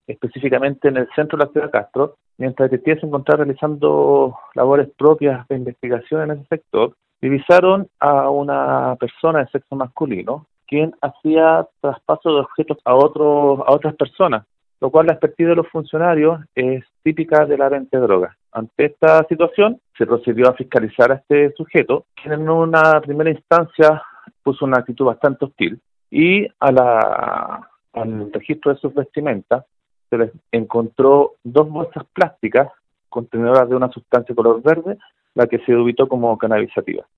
específicamente en el centro de la ciudad de Castro, mientras detectives se encontraban realizando labores propias de investigación en ese sector, divisaron a una persona de sexo masculino quien hacía traspaso de objetos a otras personas, lo cual la expertise de los funcionarios es típica de la venta de drogas. Ante esta situación, se procedió a fiscalizar a este sujeto, quien en una primera instancia puso una actitud bastante hostil, y al registro de sus vestimentas se les encontró dos bolsas plásticas contenedoras de una sustancia color verde, la que se ubicó como cannabis sativa.